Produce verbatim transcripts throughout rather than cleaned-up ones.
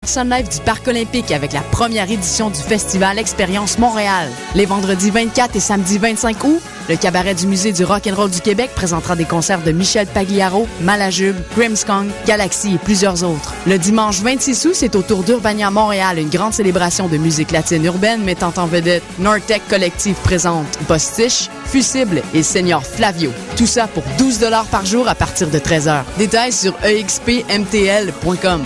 Sun Life du Parc olympique avec la première édition du festival Expérience Montréal. Les vendredis vingt-quatre et samedi vingt-cinq août, le cabaret du Musée du rock'n'roll du Québec présentera des concerts de Michel Pagliaro, Malajube, Grimmskong, Galaxy et plusieurs autres. Le dimanche vingt-six août, c'est au Tour d'Urbania Montréal, une grande célébration de musique latine urbaine mettant en vedette Nortec Collective présente Postiche, Fusible et Senior Flavio. Tout ça pour douze dollars par jour à partir de treize heures. Détails sur e x p m t l point com.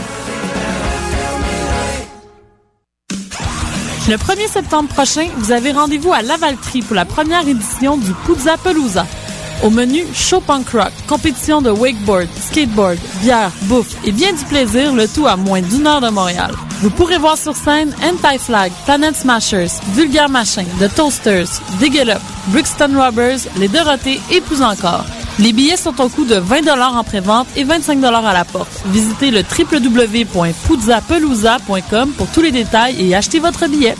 Le premier septembre prochain, vous avez rendez-vous à Lavaltrie pour la première édition du Puzza Palooza. Au menu, show punk rock, compétition de wakeboard, skateboard, bière, bouffe et bien du plaisir, le tout à moins d'une heure de Montréal. Vous pourrez voir sur scène Anti-Flag, Planet Smashers, Vulgaire Machin, The Toasters, Dig It Up, Brixton Robbers, Les Dorothées et plus encore. Les billets sont au coût de vingt dollars en pré-vente et vingt-cinq dollars à la porte. Visitez le w w w point puzza palooza point com pour tous les détails et achetez votre billet.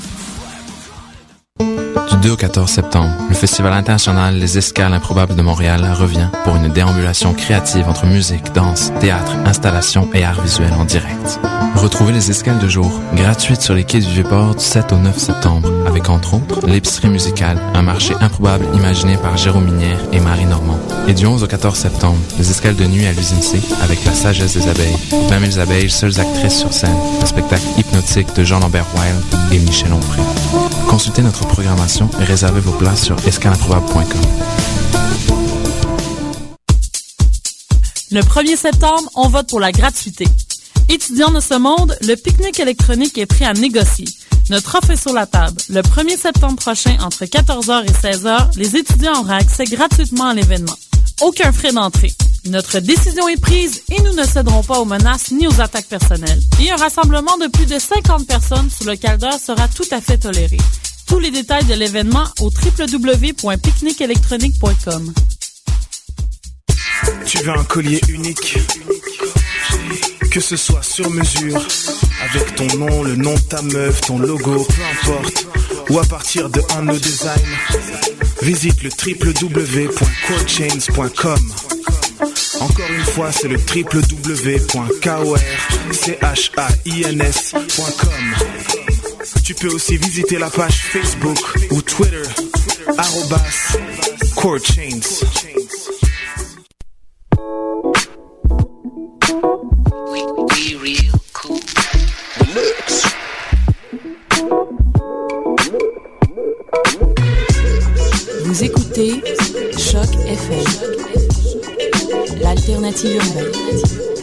Du deux au quatorze septembre, le Festival international Les Escales improbables de Montréal revient pour une déambulation créative entre musique, danse, théâtre, installation et art visuel en direct. Retrouvez les escales de jour, gratuites sur les quais du Vieux-Port du sept au neuf septembre, avec entre autres l'épicerie musicale, un marché improbable imaginé par Jérôme Minière et Marie Normand. Et du onze au quatorze septembre, les escales de nuit à l'usine C, avec La Sagesse des Abeilles, vingt mille abeilles, seules actrices sur scène, un spectacle hypnotique de Jean-Lambert Wild et Michel Onfray. Consultez notre programmation et réservez vos places sur escale improbable point com. Le premier septembre, on vote pour la gratuité. Étudiants de ce monde, le pique-nique électronique est prêt à négocier. Notre offre est sur la table. Le premier septembre prochain, entre quatorze heures et seize heures, les étudiants auront accès gratuitement à l'événement. Aucun frais d'entrée. Notre décision est prise et nous ne céderons pas aux menaces ni aux attaques personnelles. Et un rassemblement de plus de cinquante personnes sous le caldeur sera tout à fait toléré. Tous les détails de l'événement au w w w point pique-nique électronique point com. Tu veux un collier unique, que ce soit sur mesure, avec ton nom, le nom de ta meuf, ton logo, peu importe, ou à partir de un no design, visite le w w w point core chains point com. Encore une fois, c'est le w w w point core chains point com. Tu peux aussi visiter la page Facebook ou Twitter, arrobas core chains. Vous écoutez Choc F M, l'alternative urbaine.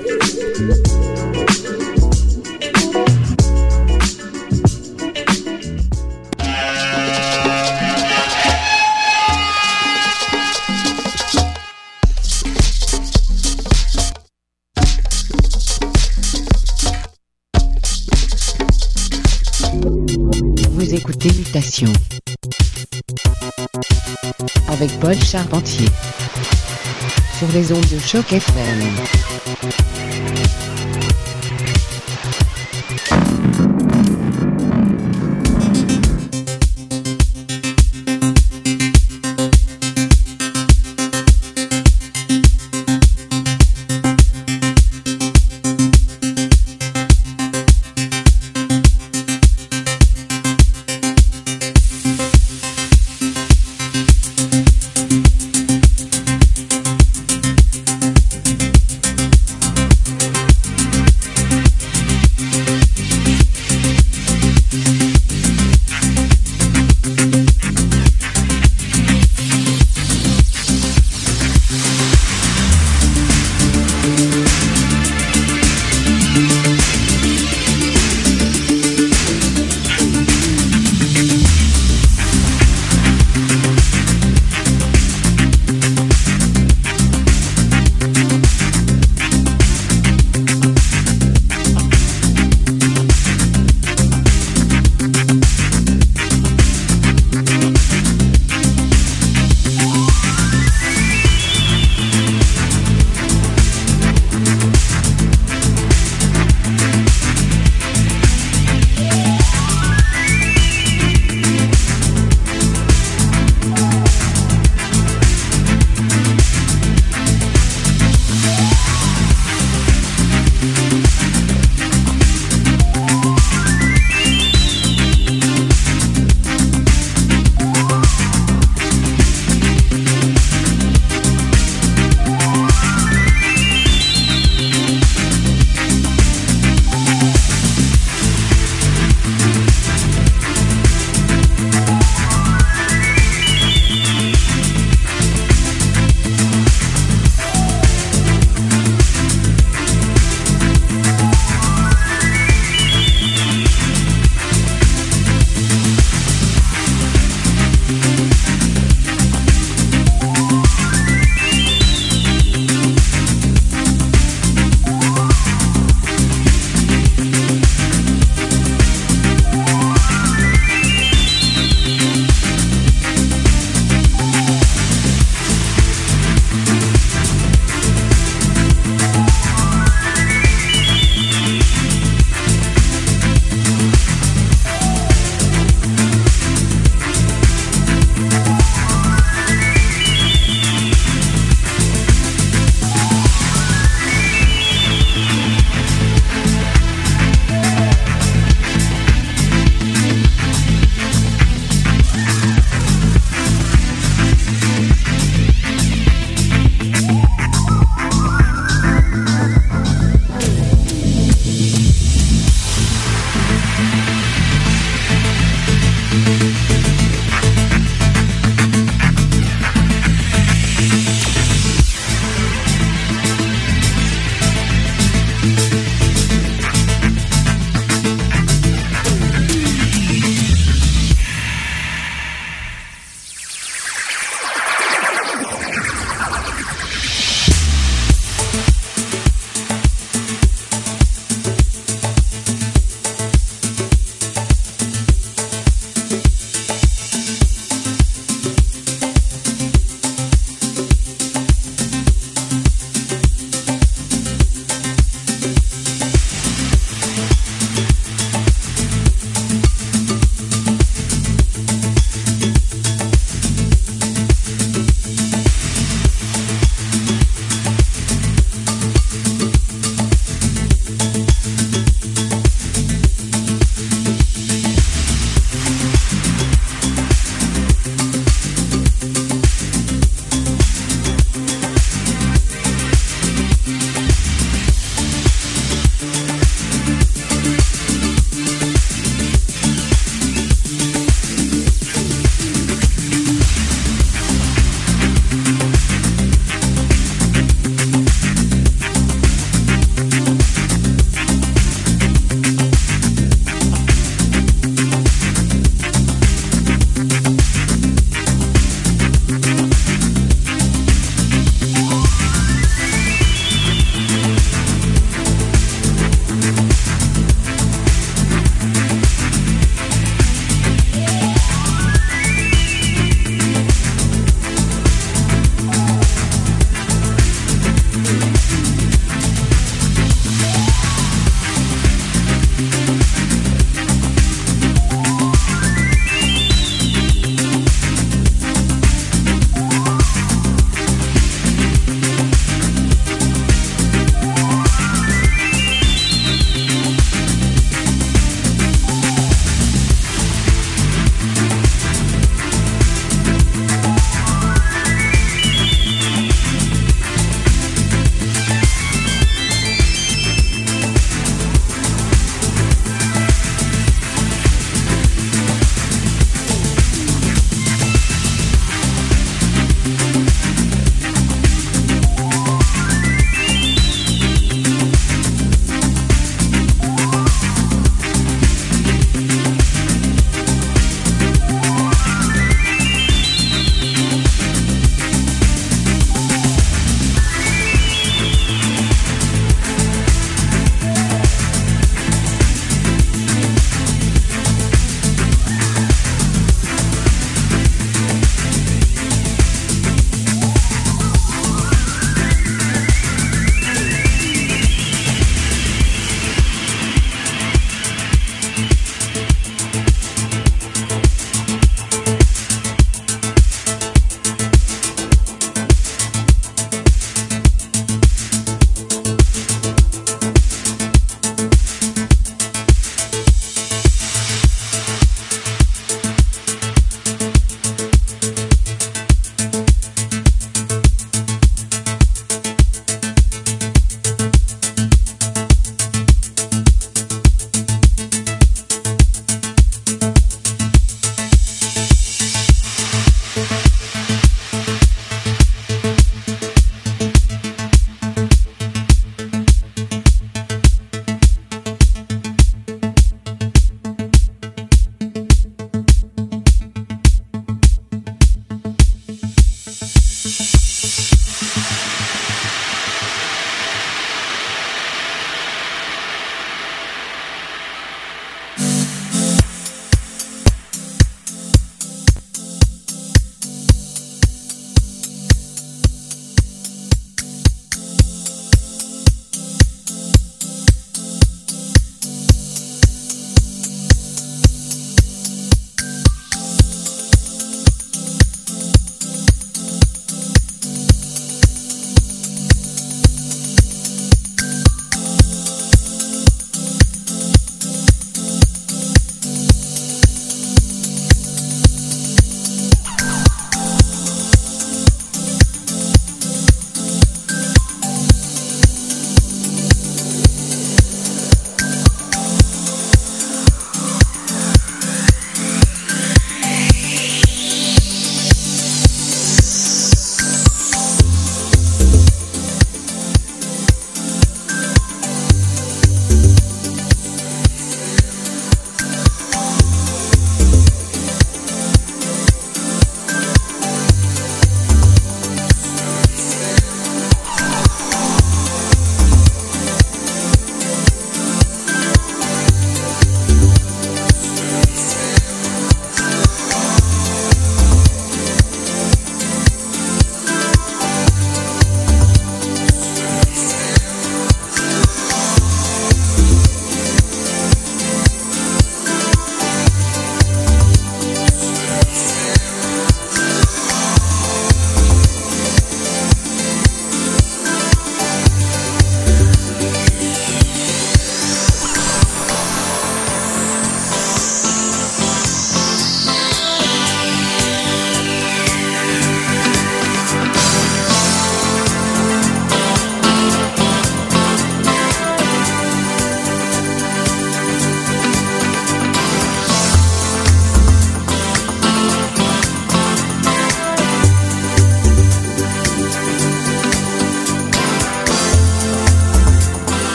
Vous écoutez Mutation avec Paul Charpentier sur les ondes de Choc F M.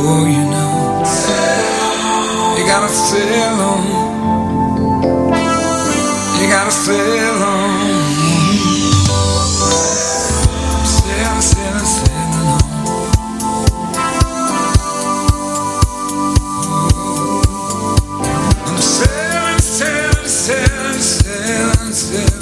Oh, you know, you gotta sail on. You gotta sail on. Sail, sail, sailing on. I'm sailing, sailing, sailing, sailing, sailing.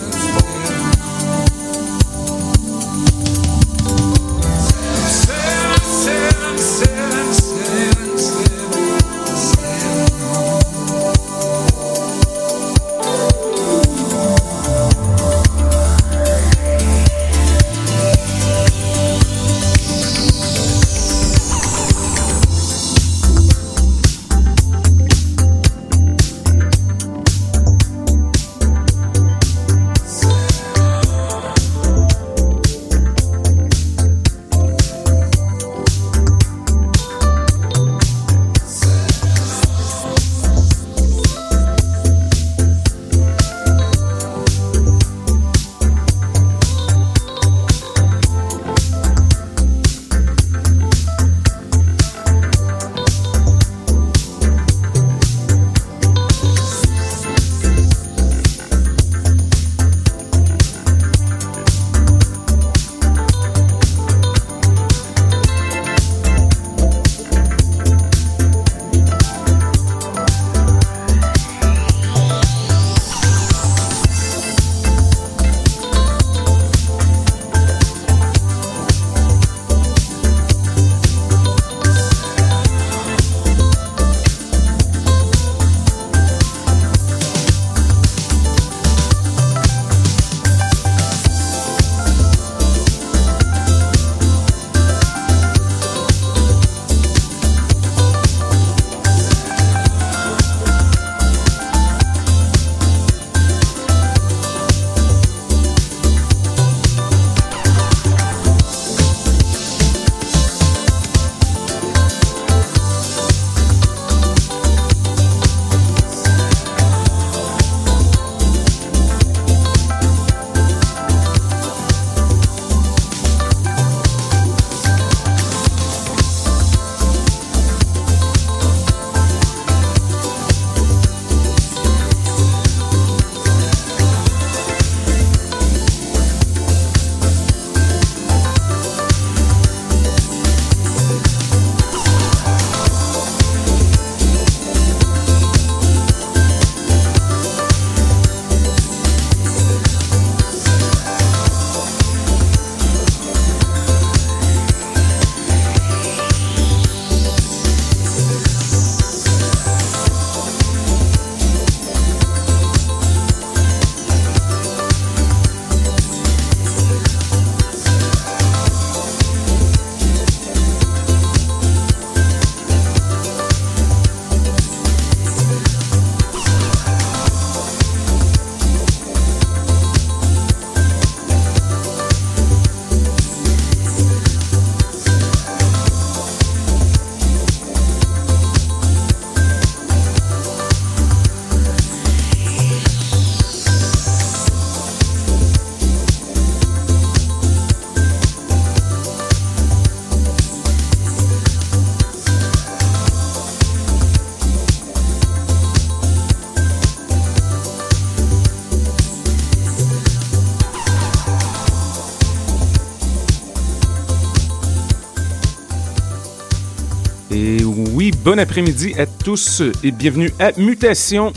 Et oui, bon après-midi à tous et bienvenue à Mutation.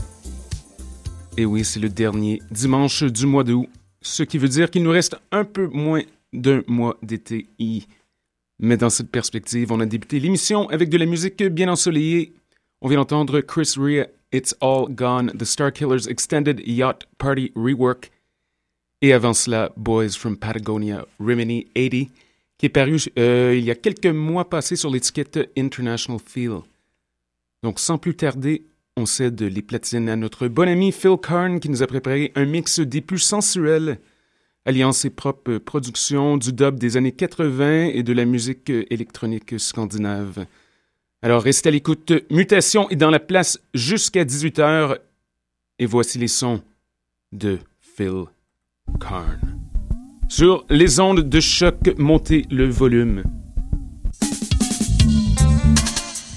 Et oui, c'est le dernier dimanche du mois d'août, ce qui veut dire qu'il nous reste un peu moins d'un mois d'été. Mais dans cette perspective, on a débuté l'émission avec de la musique bien ensoleillée. On vient d'entendre Chris Rea, It's All Gone, The Starkillers Extended Yacht Party Rework. Et avant cela, Boys from Patagonia, Rimini eighty, qui est paru euh, il y a quelques mois passés sur l'étiquette International Feel. Donc sans plus tarder, on cède les platines à notre bon ami Phil Karn qui nous a préparé un mix des plus sensuels, alliant ses propres productions, du dub des années quatre-vingts et de la musique électronique scandinave. Alors restez à l'écoute, Mutation est dans la place jusqu'à dix-huit heures et voici les sons de Phil Karn. Sur les ondes de choc, montez le volume.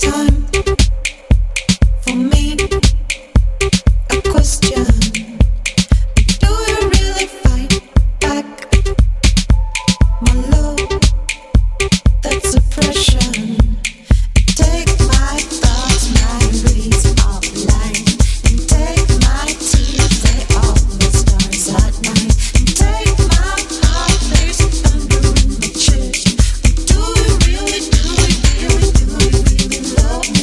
love.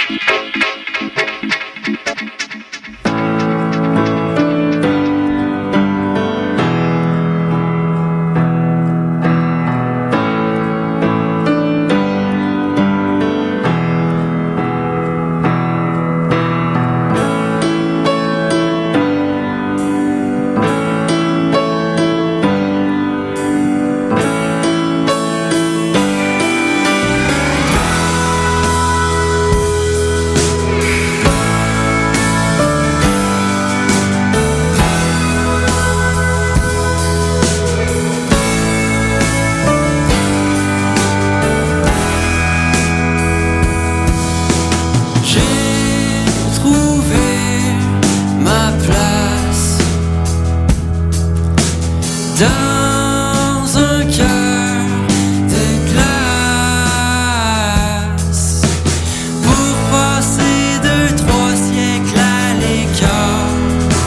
Thank you.